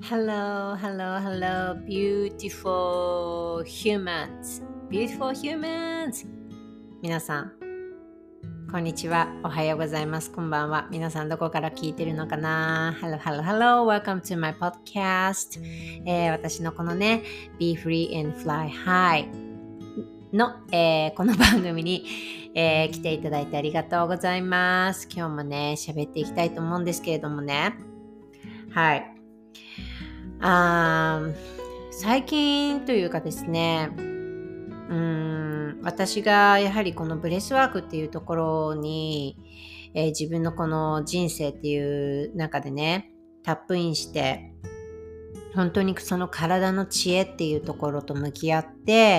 Hello, hello, hello, beautiful humans. Beautiful humans. 皆さん、こんにちは。おはようございます。こんばんは。皆さんどこから聞いてるのかな？ Hello, hello, hello. Welcome to my podcast. 私のこのね、Be Free and Fly High の、この番組に、来ていただいてありがとうございます。今日もね、喋っていきたいと思うんですけれどもね。はい。最近というかですね、私がやはりこのブレスワークっていうところに、自分のこの人生っていう中でね、タップインして、本当にその体の知恵っていうところと向き合って、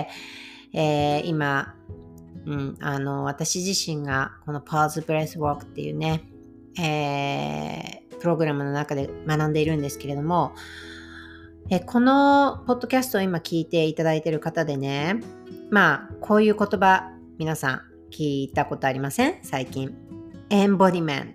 今、私自身がこの Pause Breath Work っていうね、プログラムの中で学んでいるんですけれども、このポッドキャストを今聞いていただいている方でね、こういう言葉皆さん聞いたことありません？最近。embodiment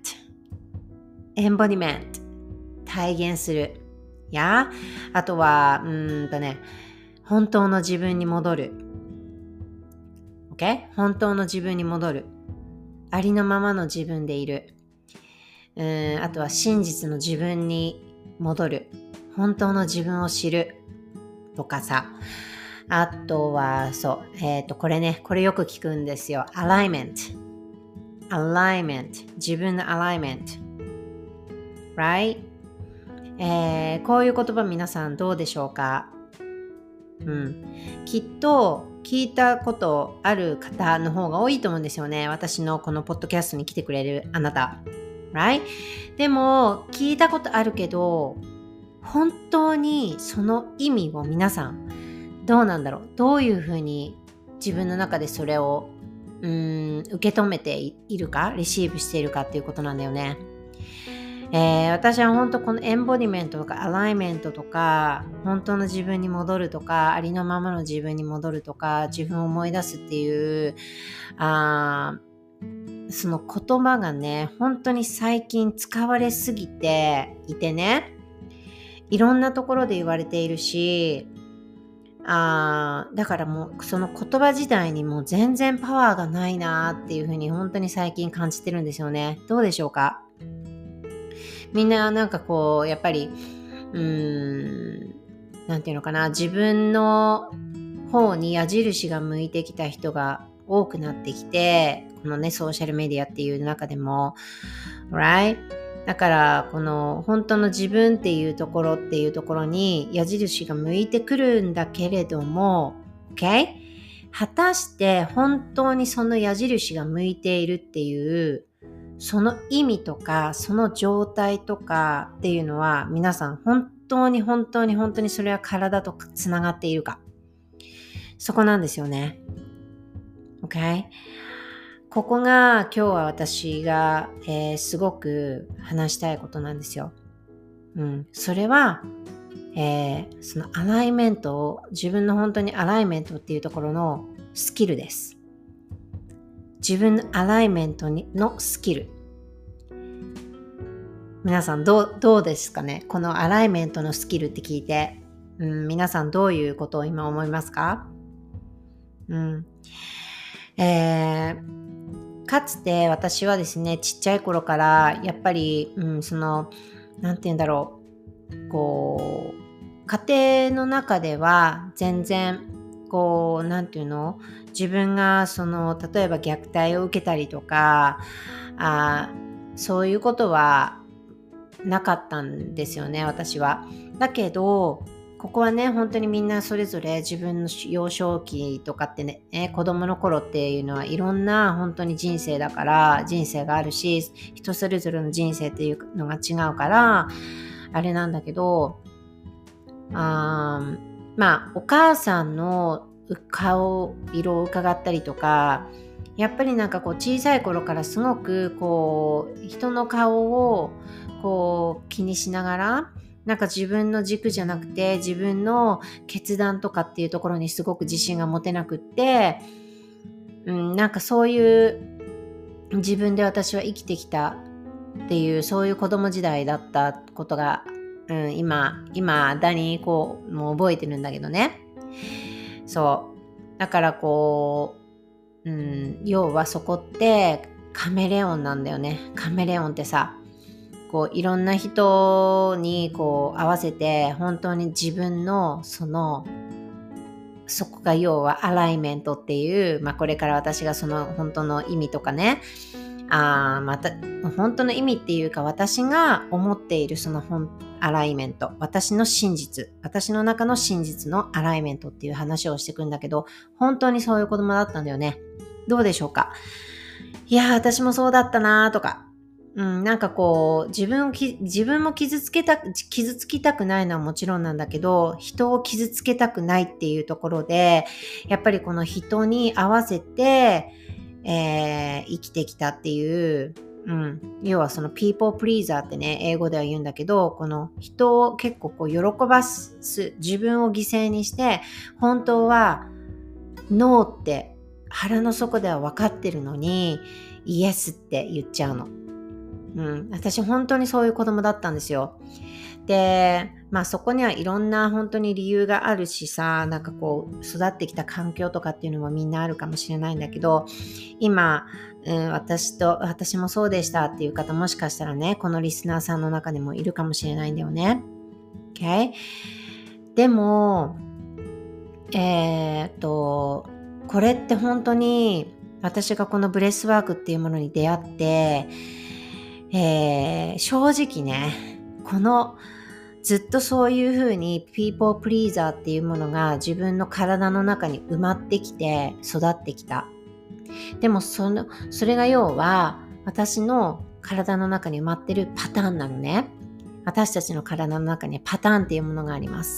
体現するや、あとは本当の自分に戻る。OK？ 本当の自分に戻る。ありのままの自分でいる。あとは真実の自分に戻る。本当の自分を知るとかさ。あとはこれよく聞くんですよ。alignment 自分の alignment right？こういう言葉皆さんどうでしょうか？きっと聞いたことある方の方が多いと思うんですよね。私のこのポッドキャストに来てくれるあなた right？ でも聞いたことあるけど本当にその意味を皆さんどうなんだろう？どういうふうに自分の中でそれを受け止めているか、レシーブしているかっていうことなんだよね。私は本当このエンボディメントとかアライメントとか本当の自分に戻るとかありのままの自分に戻るとか自分を思い出すっていうその言葉がね本当に最近使われすぎていてね、いろんなところで言われているし、だからもうその言葉自体にもう全然パワーがないなっていうふうに本当に最近感じてるんですよね。どうでしょうか？みんななんかこうやっぱりなんていうのかな、自分の方に矢印が向いてきた人が多くなってきて、このねソーシャルメディアっていう中でも right？ だからこの本当の自分っていうところに矢印が向いてくるんだけれども OK？ 果たして本当にその矢印が向いているっていうその意味とかその状態とかっていうのは皆さん本当にそれは体とつながっているか、そこなんですよね。 OK？ ここが今日は私が、すごく話したいことなんですよ。それは、そのアライメントを自分の本当にアライメントっていうところのスキルです。自分のアライメントのスキル。皆さんどうですかね？このアライメントのスキルって聞いて、皆さんどういうことを今思いますか？かつて私はですね、ちっちゃい頃からやっぱり、なんて言うんだろう、こう家庭の中では全然こうなんていうの、自分がその例えば虐待を受けたりとかそういうことはなかったんですよね、私は。だけどここはね本当にみんなそれぞれ自分の幼少期とかってね、子供の頃っていうのはいろんな本当に人生だから人生があるし、人それぞれの人生っていうのが違うからあれなんだけど、お母さんの顔色を伺ったりとか、やっぱりなんかこう小さい頃からすごくこう人の顔をこう気にしながら、なんか自分の軸じゃなくて自分の決断とかっていうところにすごく自信が持てなくって、なんかそういう自分で私は生きてきたっていうそういう子供時代だったことが今だにこうもう覚えてるんだけどね。そうだからこう、要はそこってカメレオンなんだよね。カメレオンってさ、こういろんな人にこう合わせて本当に自分のそこが要はアライメントっていう、これから私がその本当の意味とかね、また本当の意味っていうか、私が思っているそのアライメント、私の真実、私の中の真実のアライメントっていう話をしていくんだけど、本当にそういう子供だったんだよね。どうでしょうか。いや私もそうだったなとか、なんかこう自分も傷つきたくないのはもちろんなんだけど、人を傷つけたくないっていうところで、やっぱりこの人に合わせて、生きてきたっていう、要はその people pleaser ってね、英語では言うんだけど、この人を結構こう喜ばす、自分を犠牲にして、本当はノーって腹の底では分かってるのに、イエスって言っちゃうの。私本当にそういう子供だったんですよ。で、そこにはいろんな本当に理由があるしさ、なんかこう育ってきた環境とかっていうのもみんなあるかもしれないんだけど、今、私もそうでしたっていう方、もしかしたらね、このリスナーさんの中にもいるかもしれないんだよね。Okay? でも、これって本当に私がこのブレスワークっていうものに出会って、正直ね、このずっとそういうふうに people pleaser っていうものが自分の体の中に埋まってきて育ってきた。でもそれが要は私の体の中に埋まってるパターンなのね。私たちの体の中にパターンっていうものがあります。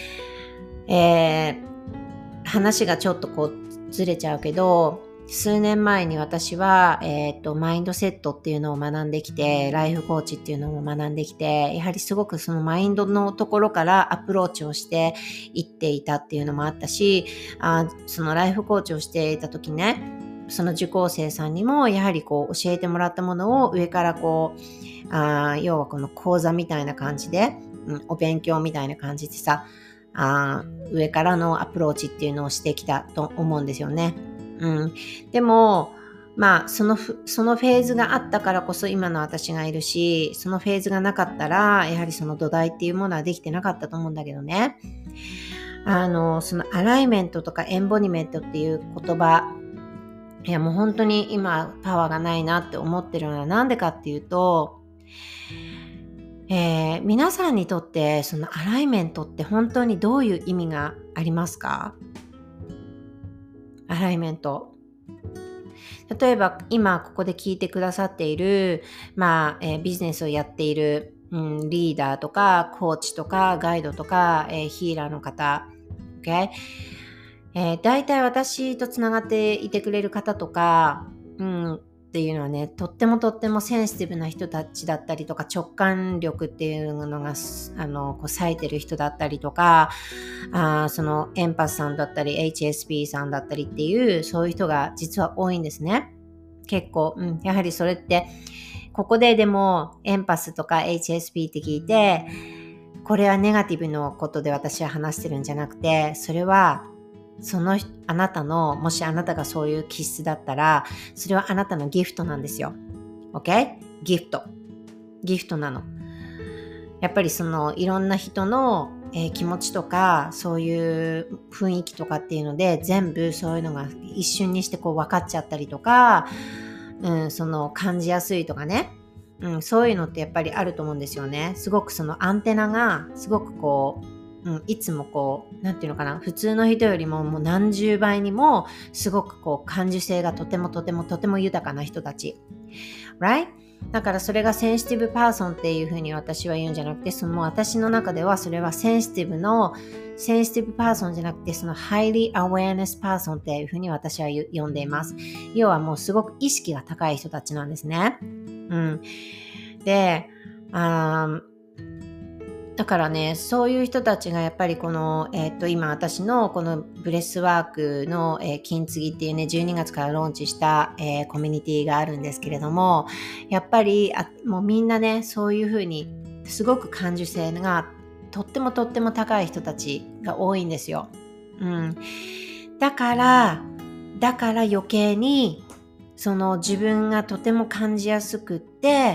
話がちょっとこうずれちゃうけど、数年前に私は、マインドセットっていうのを学んできて、ライフコーチっていうのも学んできて、やはりすごくそのマインドのところからアプローチをしていっていたっていうのもあったし、そのライフコーチをしていた時ね、その受講生さんにもやはりこう教えてもらったものを上からこう、要はこの講座みたいな感じで、お勉強みたいな感じでさ、上からのアプローチっていうのをしてきたと思うんですよね。でもそのフェーズがあったからこそ今の私がいるし、そのフェーズがなかったらやはりその土台っていうものはできてなかったと思うんだけどね。そのアライメントとかエンボニメントっていう言葉、いやもう本当に今パワーがないなって思ってるのはなんでかっていうと、皆さんにとってそのアライメントって本当にどういう意味がありますか？アライメント。例えば今ここで聞いてくださっている、ビジネスをやっている、リーダーとかコーチとかガイドとか、ヒーラーの方、okay? 大体私とつながっていてくれる方とか、っていうのはね、とってもセンシティブな人たちだったりとか、直感力っていうのがこう冴えてる人だったりとか、そのエンパスさんだったり HSP さんだったりっていう、そういう人が実は多いんですね。結構、やはりそれってここででもエンパスとか HSP って聞いて、これはネガティブのことで私は話してるんじゃなくて、それはあなたの、もしあなたがそういう気質だったら、それはあなたのギフトなんですよ。OK？ ギフトなの。やっぱりいろんな人の、気持ちとか、そういう雰囲気とかっていうので、全部そういうのが一瞬にしてこう分かっちゃったりとか、感じやすいとかね。そういうのってやっぱりあると思うんですよね。すごくそのアンテナが、すごくこう、いつもこう、なんていうのかな、普通の人よりももう何十倍にもすごくこう感受性がとても豊かな人たち。Right? だからそれがセンシティブパーソンっていう風に私は言うんじゃなくて、私の中ではそれはセンシティブパーソンじゃなくて、その highly awareness person っていう風に私は呼んでいます。要はもうすごく意識が高い人たちなんですね。で、だからね、そういう人たちがやっぱりこの、今私のこのブレスワークの、金継ぎっていうね、12月からローンチした、コミュニティがあるんですけれども、やっぱりもうみんなね、そういう風にすごく感受性がとっても高い人たちが多いんですよ。だから余計にその自分がとても感じやすくって、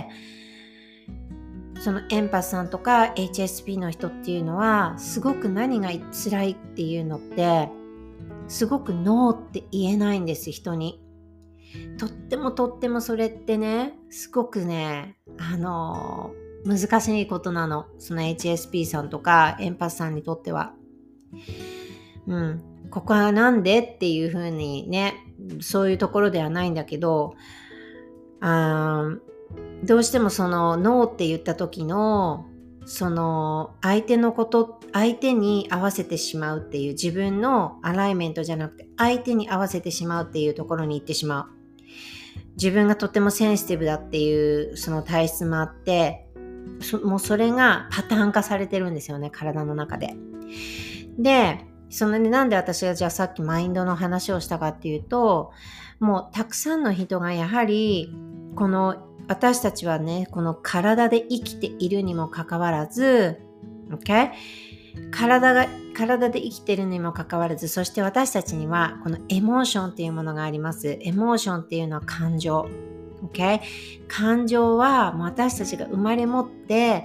そのエンパスさんとか HSP の人っていうのはすごく何が辛いっていうのって、すごくノーって言えないんです、人に。とってもそれってね、すごくね、難しいことなの。その HSP さんとかエンパスさんにとっては。ここはなんでっていう風にね、そういうところではないんだけど、どうしてもそのノーって言った時のその相手に合わせてしまうっていう、自分のアライメントじゃなくて相手に合わせてしまうっていうところに行ってしまう。自分がとてもセンシティブだっていうその体質もあって、もうそれがパターン化されてるんですよね、体の中で。で、なんで私がじゃあさっきマインドの話をしたかっていうと、もうたくさんの人がやはりこの私たちはね、この体で生きているにもかかわらず、OK？ 体で生きているにもかかわらず、そして私たちにはこのエモーションっていうものがあります。エモーションっていうのは感情。Okay？ 感情はもう私たちが生まれ持って、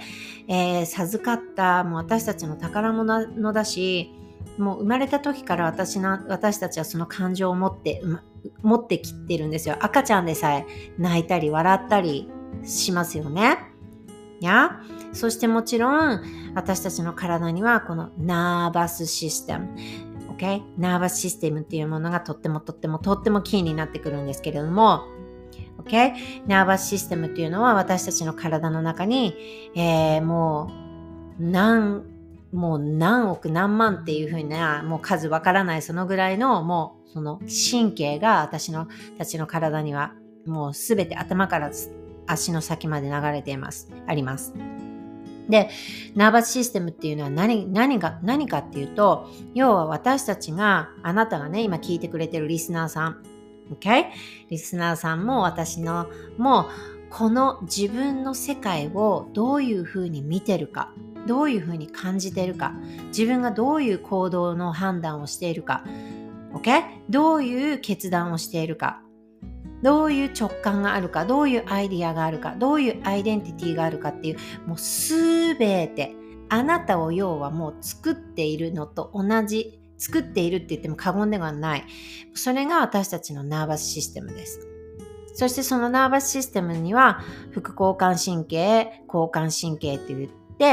授かったもう私たちの宝物だし、もう生まれた時から私たちはその感情を持ってきてるんですよ。赤ちゃんでさえ泣いたり笑ったりしますよね。そしてもちろん私たちの体にはこのナーバスシステム、ナーバスシステムっていうものがとってもキーになってくるんですけれども、ナーバスシステムっていうのは私たちの体の中に、もう何億何万っていう風なもう数わからない、そのぐらいのもうその神経が私たちの体にはもうすべて頭から足の先まで流れてあります。で、ナーバスシステムっていうのは何かっていうと、要は私たちが、あなたがね、今聞いてくれてるリスナーさん、リスナーさんも私もこの自分の世界をどういうふうに見てるか、どういうふうに感じてるか、自分がどういう行動の判断をしているか、どういう決断をしているか、どういう直感があるか、どういうアイディアがあるか、どういうアイデンティティがあるかっていう、もうすべてあなたを要はもう作っているのと同じ、作っているって言っても過言ではない。それが私たちのナーバスシステムです。そしてそのナーバスシステムには副交感神経、交感神経って言って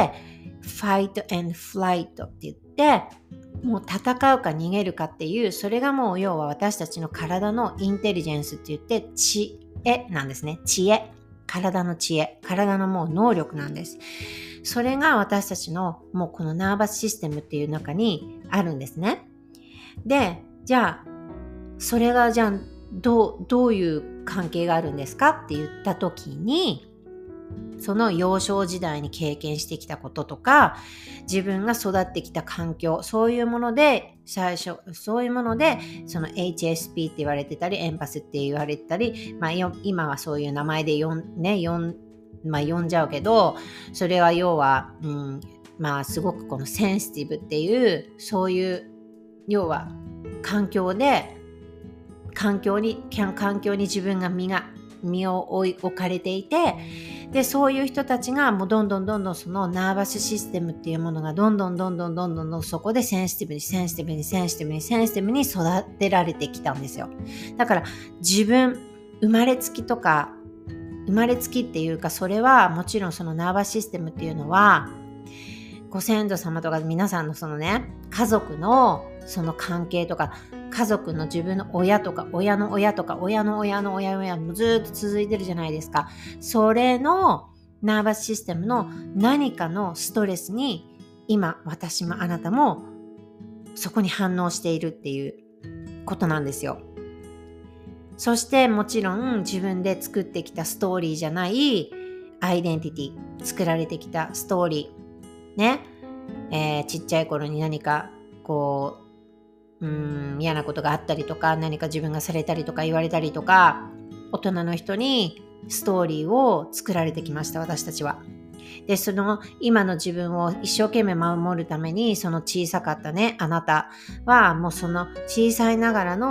、Fight and Flight って言って、もう戦うか逃げるかっていう、それがもう要は私たちの体のインテリジェンスって言って知恵なんですね。体の知恵、体のもう能力なんです。それが私たちのもうこのナーバスシステムっていう中にあるんですね。で、じゃあそれがどういう関係があるんですかって言った時に、その幼少時代に経験してきたこととか、自分が育ってきた環境、そういうものでその HSP って言われてたり、エンパスって言われてたり、今はそういう名前で呼んじゃうけど、それは要は、すごくこのセンシティブっていう、そういう要は環境に自分が身を置かれていて、でそういう人たちがもうどんどんそのナーバスシステムっていうものがどんどんそこでセンシティブに育てられてきたんですよ。だから生まれつきっていうか、それはもちろんそのナーバスシステムっていうのはご先祖様とか皆さんのそのね、家族のその関係とか、家族の自分の親とか親の親とか親の親の親の親もずっと続いてるじゃないですか。それのナーバスシステムの何かのストレスに今私もあなたもそこに反応しているっていうことなんですよ。そしてもちろん自分で作ってきたストーリーじゃないアイデンティティ、作られてきたストーリーね、ちっちゃい頃に何かこう嫌なことがあったりとか、何か自分がされたりとか言われたりとか、大人の人にストーリーを作られてきました、私たちは。 で、その今の自分を一生懸命守るために、その小さかったね、あなたはもうその小さいながら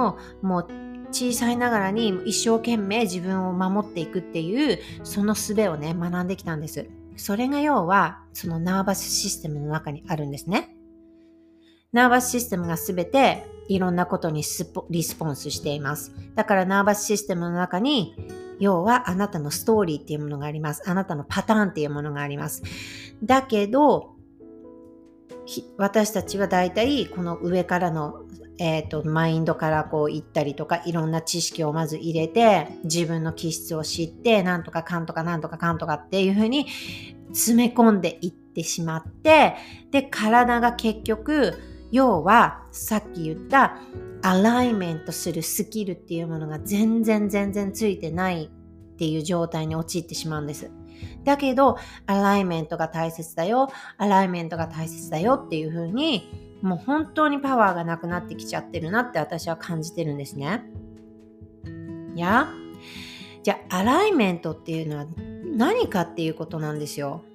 に一生懸命自分を守っていくっていうその術をね、学んできたんです。それが要はそのナーバスシステムの中にあるんですね。ナーバスシステムがすべていろんなことにリスポンスしています。だからナーバスシステムの中に要はあなたのストーリーっていうものがあります。あなたのパターンっていうものがあります。だけど私たちはだいたいこの上からのマインドからこう行ったりとかいろんな知識をまず入れて自分の気質を知ってなんとかかんとかなんとかかんとかっていうふうに詰め込んでいってしまってで体が結局要はさっき言ったアライメントするスキルっていうものが全然ついてないっていう状態に陥ってしまうんです。だけどアライメントが大切だよっていう風にもう本当にパワーがなくなってきちゃってるなって私は感じてるんですね。じゃあアライメントっていうのは何かっていうことなんですよ。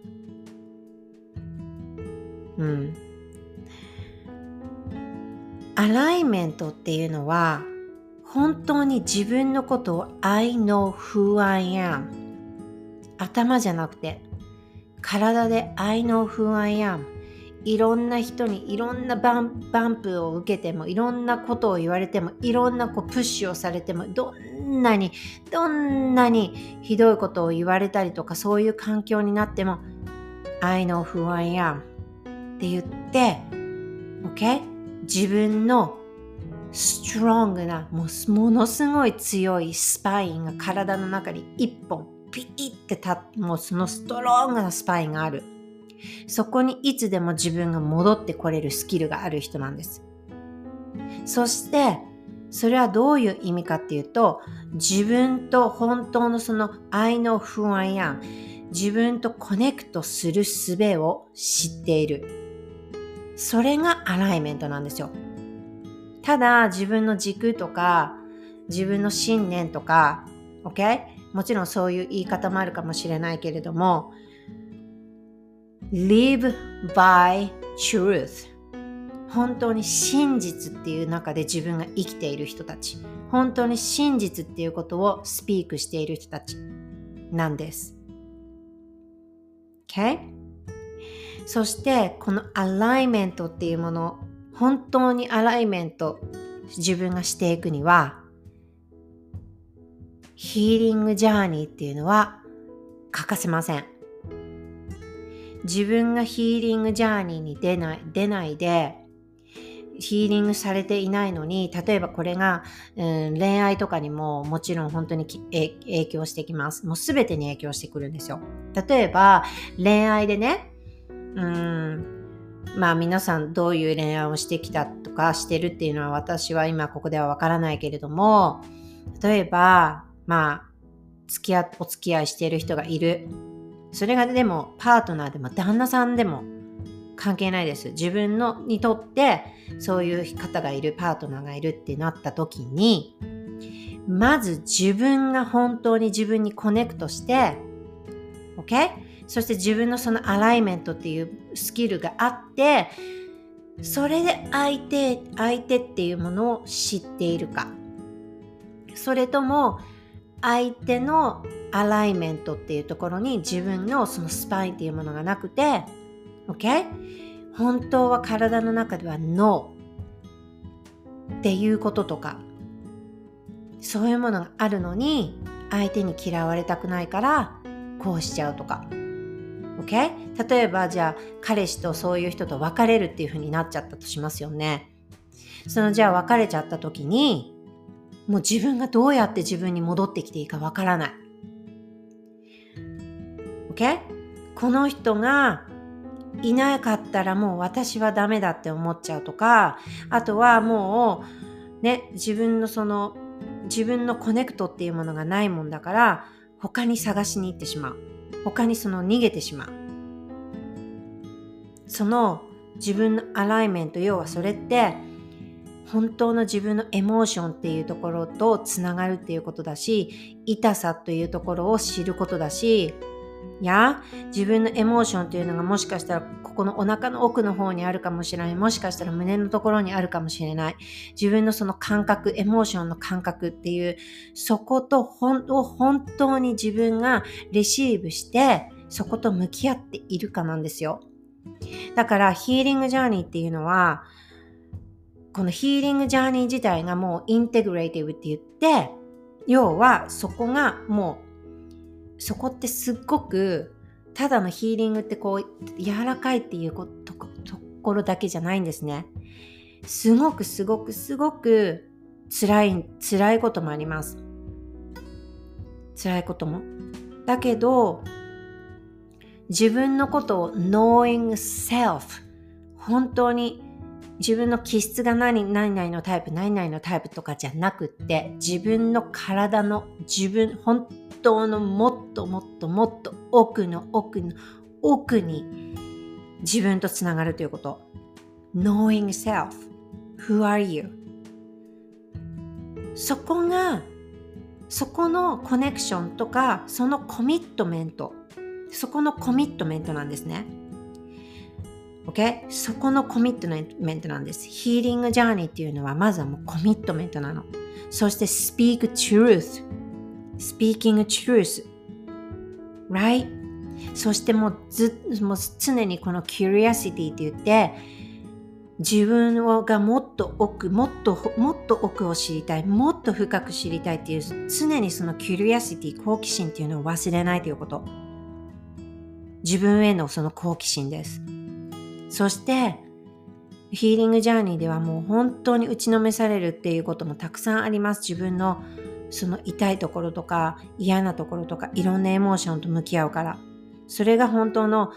アライメントっていうのは本当に自分のことを I know who I am 頭じゃなくて体で I know who I am いろんな人にいろんなバンプを受けてもいろんなことを言われてもいろんなプッシュをされてもどんなにひどいことを言われたりとかそういう環境になっても I know who I am って言って、OK? 自分のストロングなものすごい強いスパインが体の中に一本ピッてもうそのストロングなスパインがある。そこにいつでも自分が戻ってこれるスキルがある人なんです。そしてそれはどういう意味かっていうと自分と本当のその I know who I am 自分とコネクトする術を知っている。それがアライメントなんですよ。ただ自分の軸とか自分の信念とか OK? もちろんそういう言い方もあるかもしれないけれども Live by truth 本当に真実っていう中で自分が生きている人たち本当に真実っていうことをスピークしている人たちなんです OK? そしてこのアライメントっていうもの本当にアライメント自分がしていくにはヒーリングジャーニーっていうのは欠かせません。自分がヒーリングジャーニーに出ないでヒーリングされていないのに例えばこれが、恋愛とかにももちろん本当に影響してきます。もう全てに影響してくるんですよ。例えば恋愛でねまあ皆さんどういう恋愛をしてきたとかしてるっていうのは私は今ここではわからないけれども例えばまあお付き合いしている人がいるそれがでもパートナーでも旦那さんでも関係ないです。自分にとってそういう方がいるパートナーがいるってなった時にまず自分が本当に自分にコネクトして OK? そして自分のそのアライメントっていうスキルがあってそれで相手っていうものを知っているかそれとも相手のアライメントっていうところに自分のそのスパインっていうものがなくて OK? 本当は体の中では No っていうこととかそういうものがあるのに相手に嫌われたくないからこうしちゃうとかOkay? 例えばじゃあ彼氏とそういう人と別れるっていう風になっちゃったとしますよね。じゃあ別れちゃった時にもう自分がどうやって自分に戻ってきていいかわからない。Okay? この人がいなかったらもう私はダメだって思っちゃうとかあとはもうね自分のコネクトっていうものがないもんだから他に探しに行ってしまう。他に逃げてしまう。その自分のアライメント要はそれって本当の自分のエモーションっていうところとつながるっていうことだし痛さというところを知ることだし自分のエモーションというのがもしかしたらここのお腹の奥の方にあるかもしれない。もしかしたら胸のところにあるかもしれない。自分のその感覚、エモーションの感覚っていう、そこと本当に自分がレシーブして、そこと向き合っているかなんですよ。だからヒーリングジャーニーっていうのは、このヒーリングジャーニー自体がもうインテグレーティブって言って、要はそこがもうそこってすっごくただのヒーリングってこう柔らかいっていうところだけじゃないんですね。すごく辛いこともあります。辛いことも。だけど自分のことを knowing self、 本当に自分の気質が何々のタイプとかじゃなくって、自分の体の本当のもっと奥に自分とつながるということ。 knowing self、 who are you、 そこのコネクションとかそのコミットメントなんですね。OK？ そこのコミットメントなんです。ヒーリングジャーニーっていうのはまずはもうコミットメントなの。そして speaking truth right？ そしてもう常にこの curiosity って言って、自分がもっと奥を知りたい、もっと深く知りたいっていう、常にその curiosity 好奇心っていうのを忘れないということ。自分へのその好奇心です。そしてヒーリングジャーニーではもう本当に打ちのめされるっていうこともたくさんあります。自分のその痛いところとか嫌なところとかいろんなエモーションと向き合うから、それが本当の、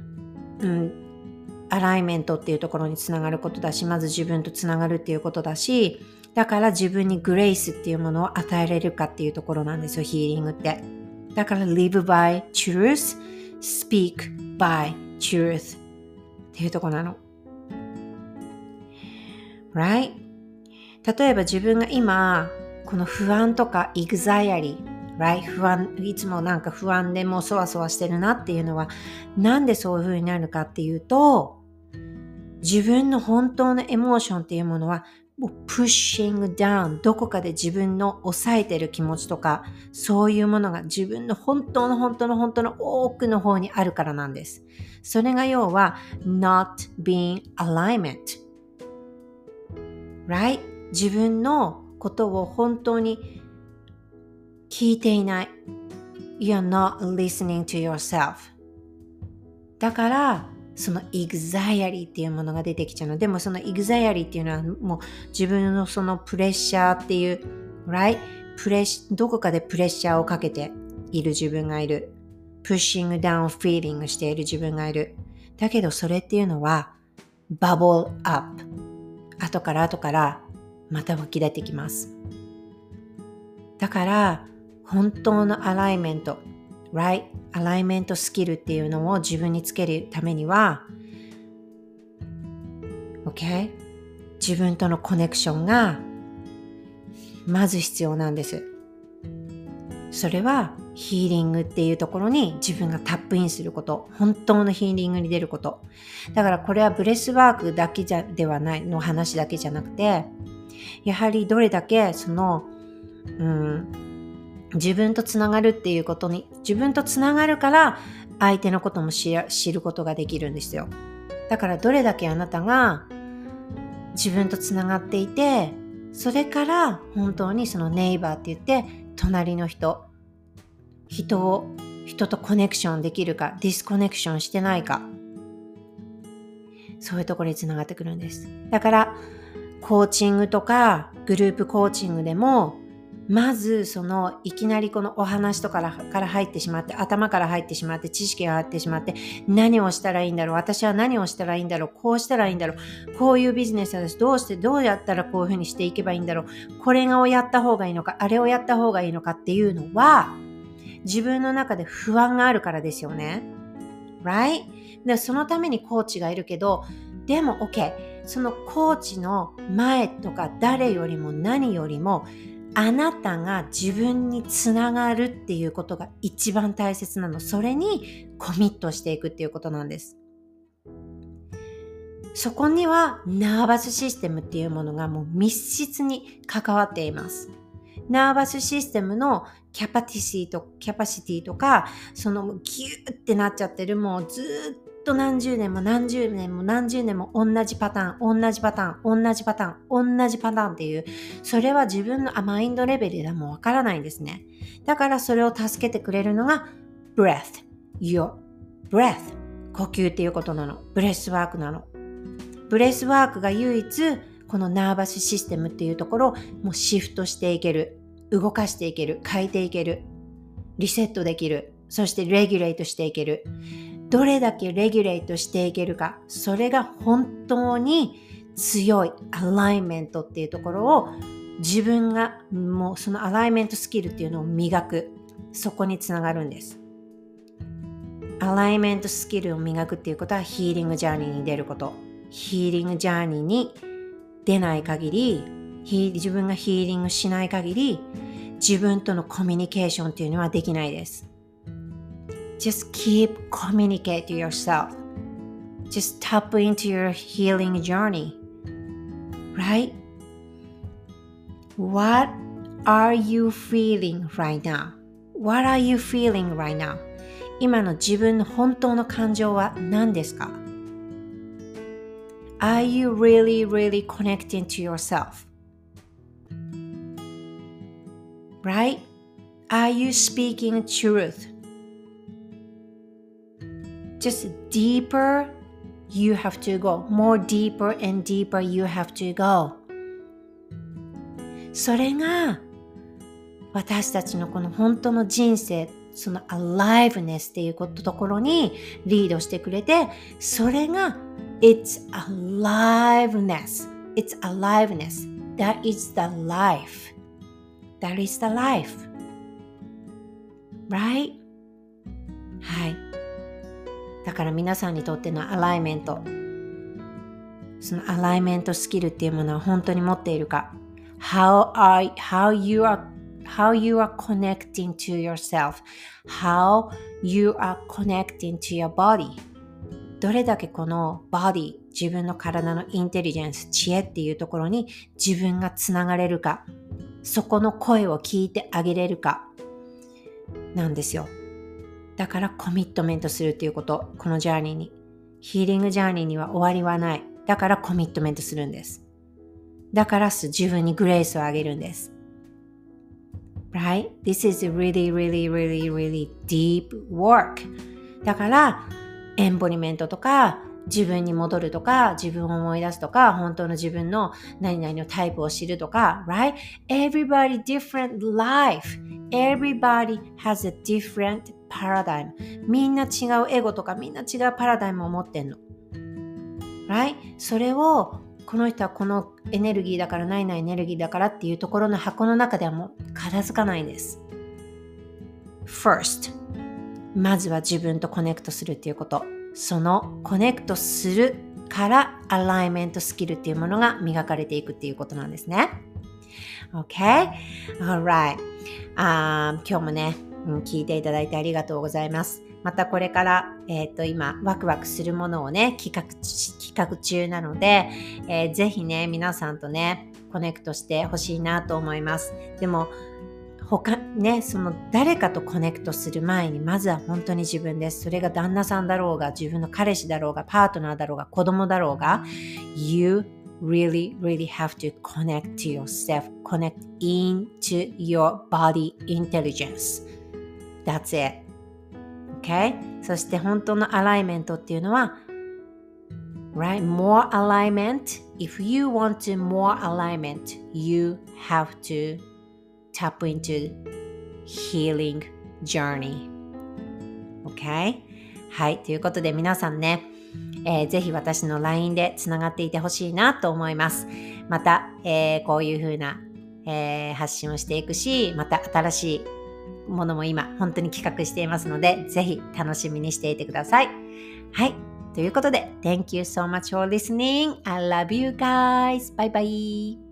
アライメントっていうところにつながることだし、まず自分とつながるっていうことだし、だから自分にグレイスっていうものを与えれるかっていうところなんですよ、ヒーリングって。だから live by truth, speak by truthっていうところなの。Right？ 例えば自分が今この不安とか anxiety、right？ 不安、いつもなんか不安でもうそわそわしてるなっていうのはなんでそういう風になるかっていうと、自分の本当のエモーションっていうものはもうプッシングダウン、どこかで自分の抑えてる気持ちとかそういうものが自分の本当の奥の方にあるからなんです。それが要は not being alignment right？ 自分のことを本当に聞いていない。 You're not listening to yourself。 だからその anxiety っていうものが出てきちゃうの。でもその anxiety っていうのはもう自分のそのプレッシャーっていう right？ どこかでプレッシャーをかけている自分がいる。pushing down feeling している自分がいる。だけどそれっていうのは bubble up、 後からまた湧き出てきます。だから本当のアライメント、right？ アライメントスキルっていうのを自分につけるためには OK？ 自分とのコネクションがまず必要なんです。それはヒーリングっていうところに自分がタップインすること、本当のヒーリングに出ること。だからこれはブレスワークだけではないの話だけじゃなくて、やはりどれだけその、自分とつながるっていうことに、自分とつながるから相手のことも知ることができるんですよ。だからどれだけあなたが自分とつながっていて、それから本当にそのネイバーって言って隣の人とコネクションできるか、ディスコネクションしてないか、そういうところにつながってくるんです。だからコーチングとかグループコーチングでも、まずそのいきなりこのお話とかから入ってしまって、頭から入ってしまって、知識が入ってしまって、何をしたらいいんだろう、私は何をしたらいいんだろう、こうしたらいいんだろう、こういうビジネスです、どうやったらこういうふうにしていけばいいんだろう、これをやった方がいいのか、あれをやった方がいいのかっていうのは、自分の中で不安があるからですよね。right？ でそのためにコーチがいるけど、でも OK、 そのコーチの前とか誰よりも何よりもあなたが自分につながるっていうことが一番大切なの。それにコミットしていくっていうことなんです。そこにはナーバスシステムっていうものがもう密接に関わっています。ナーバスシステムのキャパシティとか、そのギューってなっちゃってる、もうずっと何十年も同じパターンっていう、それは自分のマインドレベルではもうわからないんですね。だからそれを助けてくれるのが your breath 呼吸っていうことなの。ブレスワークなの。ブレスワークが唯一このナーバスシステムっていうところをもうシフトしていける、動かしていける、変えていける、リセットできる、そしてレギュレートしていける。どれだけレギュレートしていけるか、それが本当に強いアライメントっていうところを自分がもうそのアライメントスキルっていうのを磨く、そこにつながるんです。アライメントスキルを磨くっていうことはヒーリングジャーニーに出ること。ヒーリングジャーニーに出ない限り、自分がヒーリングしない限り、自分とのコミュニケーションっていうのはできないです。Just keep communicate to yourself. Just tap into your healing journey. Right? What are you feeling right now? What are you feeling right now? 今の自分の本当の感情は何ですか？ Are you really connecting to yourself? Right? Are you speaking truth? Just deeper you have to go. More deeper and deeper you have to go. それが私たちのこの本当の人生、その aliveness っていうところにリードしてくれて、それが It's aliveness. It's aliveness. That is the life. That is the life. Right? はい。だから皆さんにとってのアライメント、そのアライメントスキルっていうものは本当に持っているか。How you are connecting to yourself. How you are connecting to your body. どれだけこの body、自分の体のインテリジェンス、知恵っていうところに自分がつながれるか。そこの声を聞いてあげれるか。なんですよ。だからコミットメントするっていうこと、このジャーニーに。ヒーリングジャーニーには終わりはない。だからコミットメントするんです。だから自分にグレースをあげるんです。Right? This is really deep work. だから、エンボリメントとか、自分に戻るとか、自分を思い出すとか、本当の自分の何々のタイプを知るとか、right? Everybody different life. Everybody has a different paradigm. みんな違うエゴとか、みんな違うパラダイムを持ってんの。right? それを、この人はこのエネルギーだから、何々エネルギーだからっていうところの箱の中ではもう片付かないんです。First, まずは自分とコネクトするっていうこと。そのコネクトするからアライメントスキルっていうものが磨かれていくっていうことなんですね。Okay? Alright. 今日もね、聞いていただいてありがとうございます。またこれから、今ワクワクするものをね、企画中なので、ぜひね、皆さんとね、コネクトしてほしいなと思います。でも、その誰かとコネクトする前に、まずは本当に自分です。それが旦那さんだろうが、自分の彼氏だろうが、パートナーだろうが、子供だろうが、You really have to connect to yourself, connect into your body intelligence. That's it.Okay? そして本当のアライメントっていうのは right? More alignment. If you want to more alignment, you have to tap into healing journey. Okay? はい。ということで皆さんね、ぜひ私の LINE でつながっていてほしいなと思います。また、こういう風な、発信をしていくし、また新しいものも今本当に企画していますので、ぜひ楽しみにしていてください。はい。ということで、Thank you so much for listening. I love you guys. Bye bye.